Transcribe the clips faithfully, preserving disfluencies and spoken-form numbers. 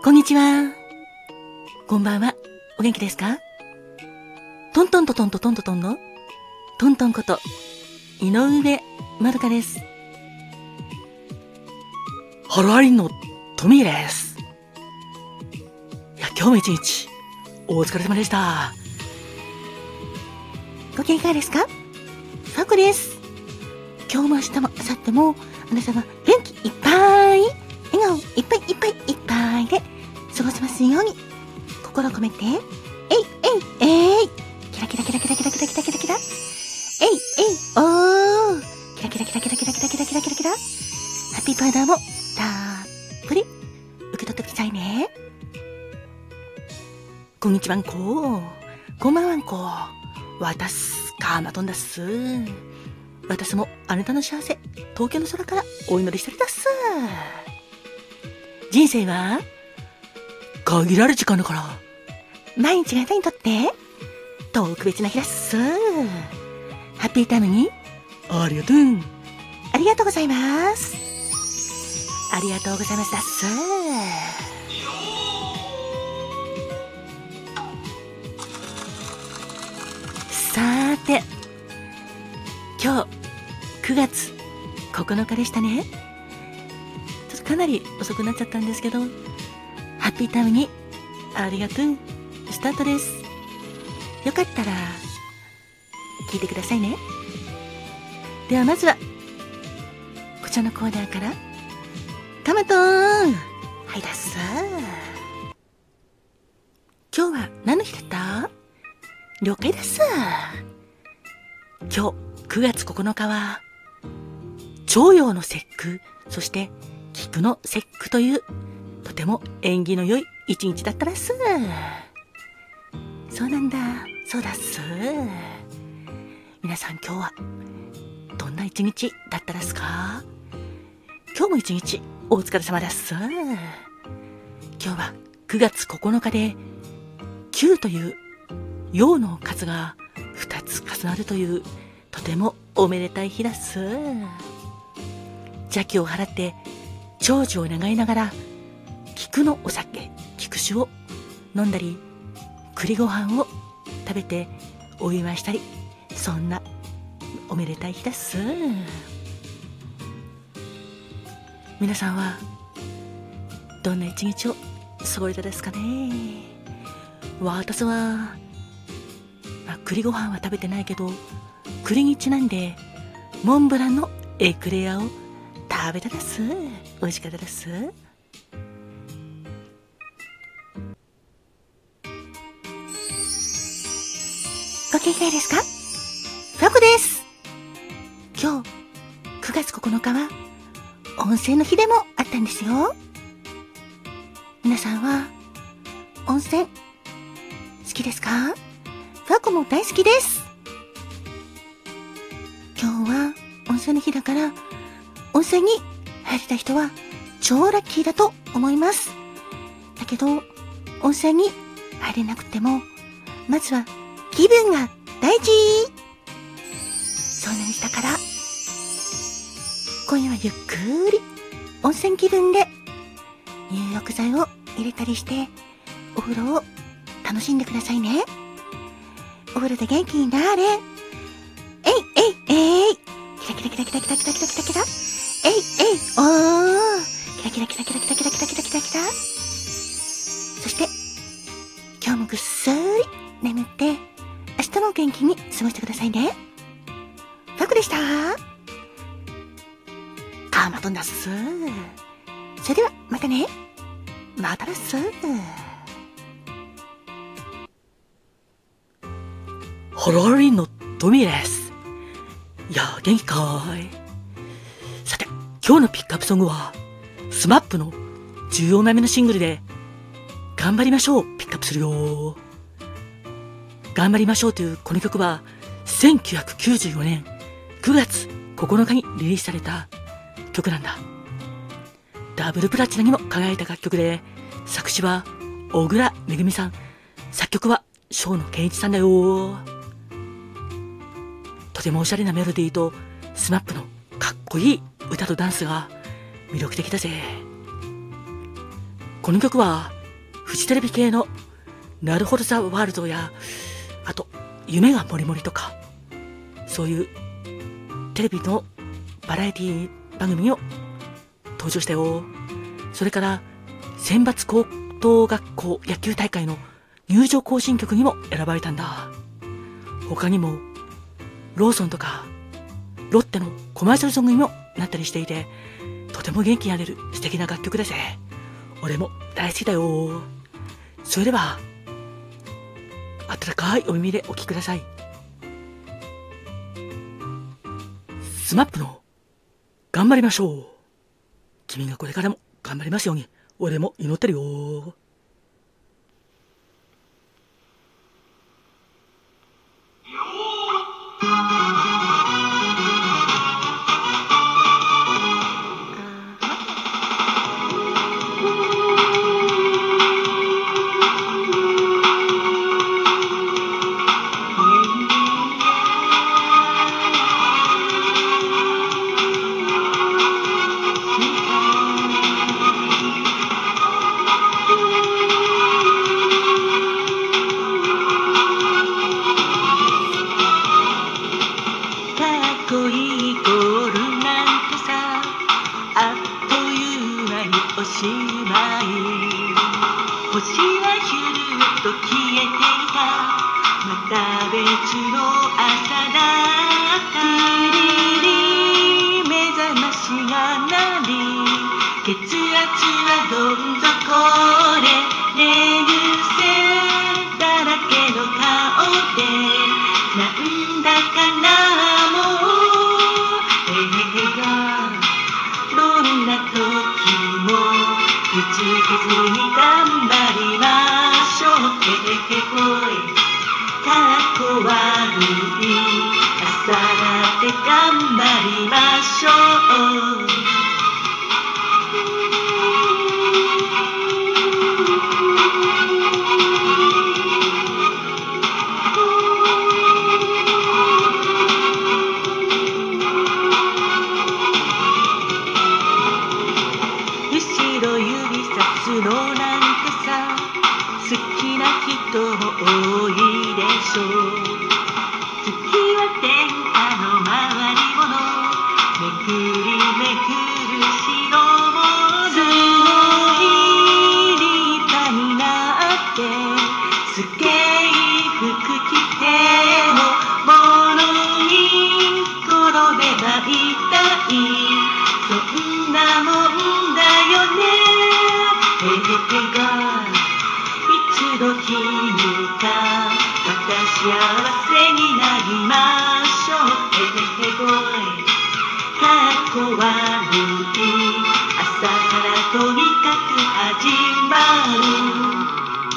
こんにちは。こんばんは。お元気ですか？トントントントントントントンのトントンこと井上まどかです。ハローアリンのトミーです。いや、今日も一日お疲れ様でした。ご機嫌いかがですか？さこです。今日も明日も明後日も皆様元気いっぱい、笑顔いっぱいいっぱいいっぱいで過ごせますように心込めて、えいえいえいキラキラキラキラキラキラキラキラキラえいえいおーキラキラキラキラキラキラキラキラキラキラハッピーパウダーもたっぷり受け取ってくださいね。こんにちはんこ、こんばんはんこ、わたすかまとんだっす。私もあなたの幸せ、東京の空からお祈りしたりだっす。人生は限られる時間だから、毎日があなたにとって特別な日だっす。ハッピータイムにありがとう。ありがとうございます。ありがとうございますだっす。さーて、今日くがつここのかでしたね。ちょっとかなり遅くなっちゃったんですけど、ハッピータイムにありがとうスタートです。よかったら聞いてくださいね。ではまずはこちらのコーナーから、カマトーンはいだっす。今日は何の日だった？了解です。今日くがつここのかは重陽の節句、そして菊の節句というとても縁起の良い一日だったらっす。そうなんだ、そうだっす。皆さん今日はどんな一日だったらっすか？今日も一日お疲れ様だっす。今日はくがつここのかできゅうという陽の数がふたつ重なるというとてもおめでたい日だっす。邪気を払って長寿を願いながら菊のお酒、菊酒を飲んだり、栗ご飯を食べてお祝いしたり、そんなおめでたい日だっす。皆さんはどんな一日を過ごしたですかね。私は、まあ、栗ご飯は食べてないけど、栗にちなんでモンブランのエクレアを食べたです。美味しかったです。ご機嫌いかがですか？ファコです。今日くがつここのかは温泉の日でもあったんですよ。皆さんは温泉好きですか？ファコも大好きです。今日は温泉の日だから、温泉に入りたい人は超ラッキーだと思います。だけど温泉に入れなくても、まずは気分が大事。そんなにしたから、今夜はゆっくり温泉気分で入浴剤を入れたりしてお風呂を楽しんでくださいね。お風呂で元気になれ。えいえいえいキラキラキラキラキラキラキラキラキラえいえいおーキラキラキラキラキラキラキラキラキラキラ。そして今日もぐっすり眠って明日も元気に過ごしてくださいね。ファクでした。カーマトンだっす。それではまたね。またらっす。ハローリンのトミーです。いやー元気かーい。さて今日のピックアップソングはスマップのじゅうよんまいめのシングルで頑張りましょうピックアップするよー。頑張りましょうというこの曲はせんきゅうひゃくきゅうじゅうよねんくがつここのかにリリースされた曲なんだ。ダブルプラチナにも輝いた楽曲で、作詞は小倉めぐみさん、作曲は生野健一さんだよ。とてもおしゃれなメロディーとスマップのかっこいい歌とダンスが魅力的だぜ。この曲はフジテレビ系のなるほどザワールドや、あと夢がもりもりとか、そういうテレビのバラエティ番組を登場したよ。それから選抜高等学校野球大会の入場行進曲にも選ばれたんだ。他にもローソンとかロッテのコマーシャルソングにもなったりしていて、とても元気になれる素敵な楽曲だぜ。俺も大好きだよ。それでは温かいお耳でお聴きください。スマップの頑張りましょう。君がこれからも頑張りますように、俺も祈ってるよ。おしまい、星はひゅるっと消えていた。また別の朝だった。リリリ目覚ましが鳴り、血圧はどん底で寝癖だらけの顔で、なんだかなもう映画、どんな時も打ち消すに頑張りましょう。へへほい、かっこ悪い朝だって頑張りましょう。後ろ指さすのなんてさ、好きな人も多いでしょう。月は天下の回り物、めくりめくる白物、すごい立派になってスケイ服着ても物に転べば痛い、そんなもんだよね。へへへが一度きりか、また幸せになりましょう。へへへごい、かっこ悪い朝からとにかく始まる。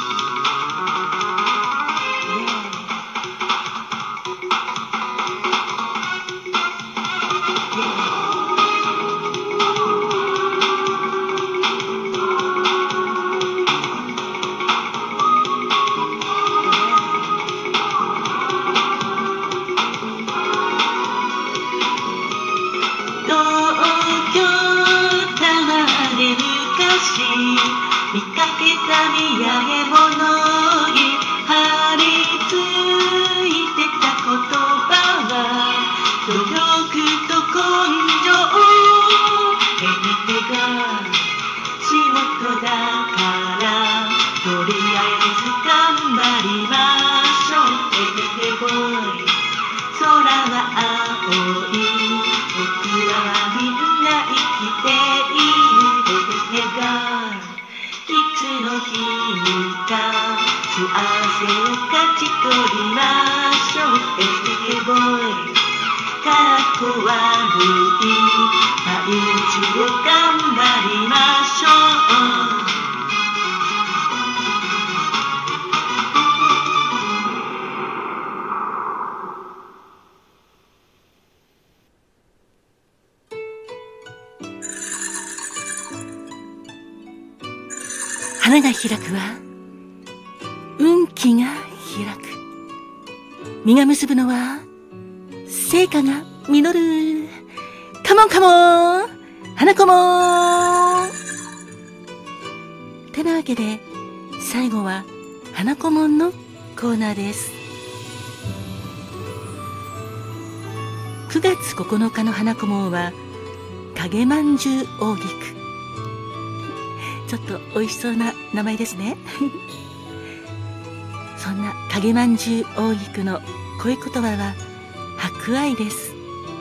見かけた見上げ物に張り付いてた言葉は努力と根性。へへへが仕事だからとりあえず頑張りましょう。へへへぼい、空は青い、僕らはみんな生きている。へへへがいつの日にか幸せを勝ち取りましょう。へへへぼい、かっこ悪い毎日を頑張りましょう。花が開くは運気が開く、実が結ぶのは成果が実る。カモンカモン花子もんてなわけで、 最後は花子門のコーナーです。くがつここのかの花子門は影まんじゅう大菊。ちょっと美味しそうな名前ですね。そんな影まんじゅう大菊の恋言葉は博愛です。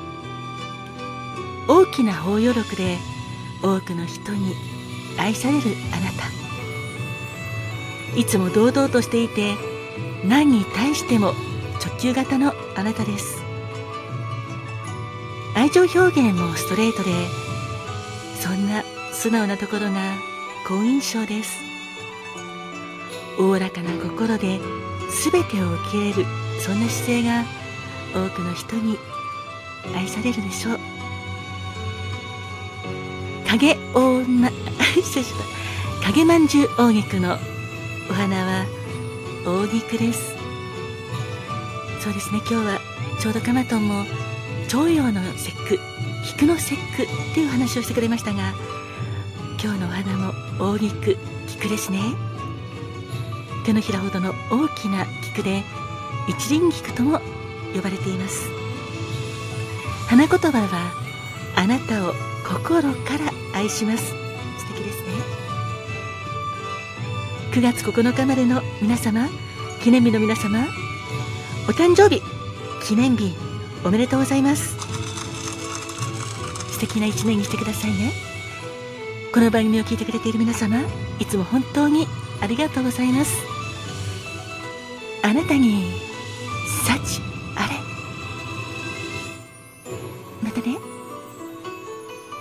大きな包容力で多くの人に愛されるあなた。いつも堂々としていて何に対しても直球型のあなたです。愛情表現もストレートで、そんな素直なところが好印象です。おおらかな心で全てを受け入れる、そんな姿勢が多くの人に愛されるでしょう。影大ま失礼しました影まんじゅう大菊のお花は大菊です。そうですね、今日はちょうどカマトンも徴用の節句、菊の節句っていう話をしてくれましたが、今日のお花も大菊、菊ですね。手のひらほどの大きな菊で一輪菊とも呼ばれています。花言葉はあなたを心から愛します。素敵ですね。くがつここのかまでの皆様、記念日の皆様、お誕生日記念日おめでとうございます。素敵な一年にしてくださいね。この番組を聞いてくれている皆様、いつも本当にありがとうございます。あなたに幸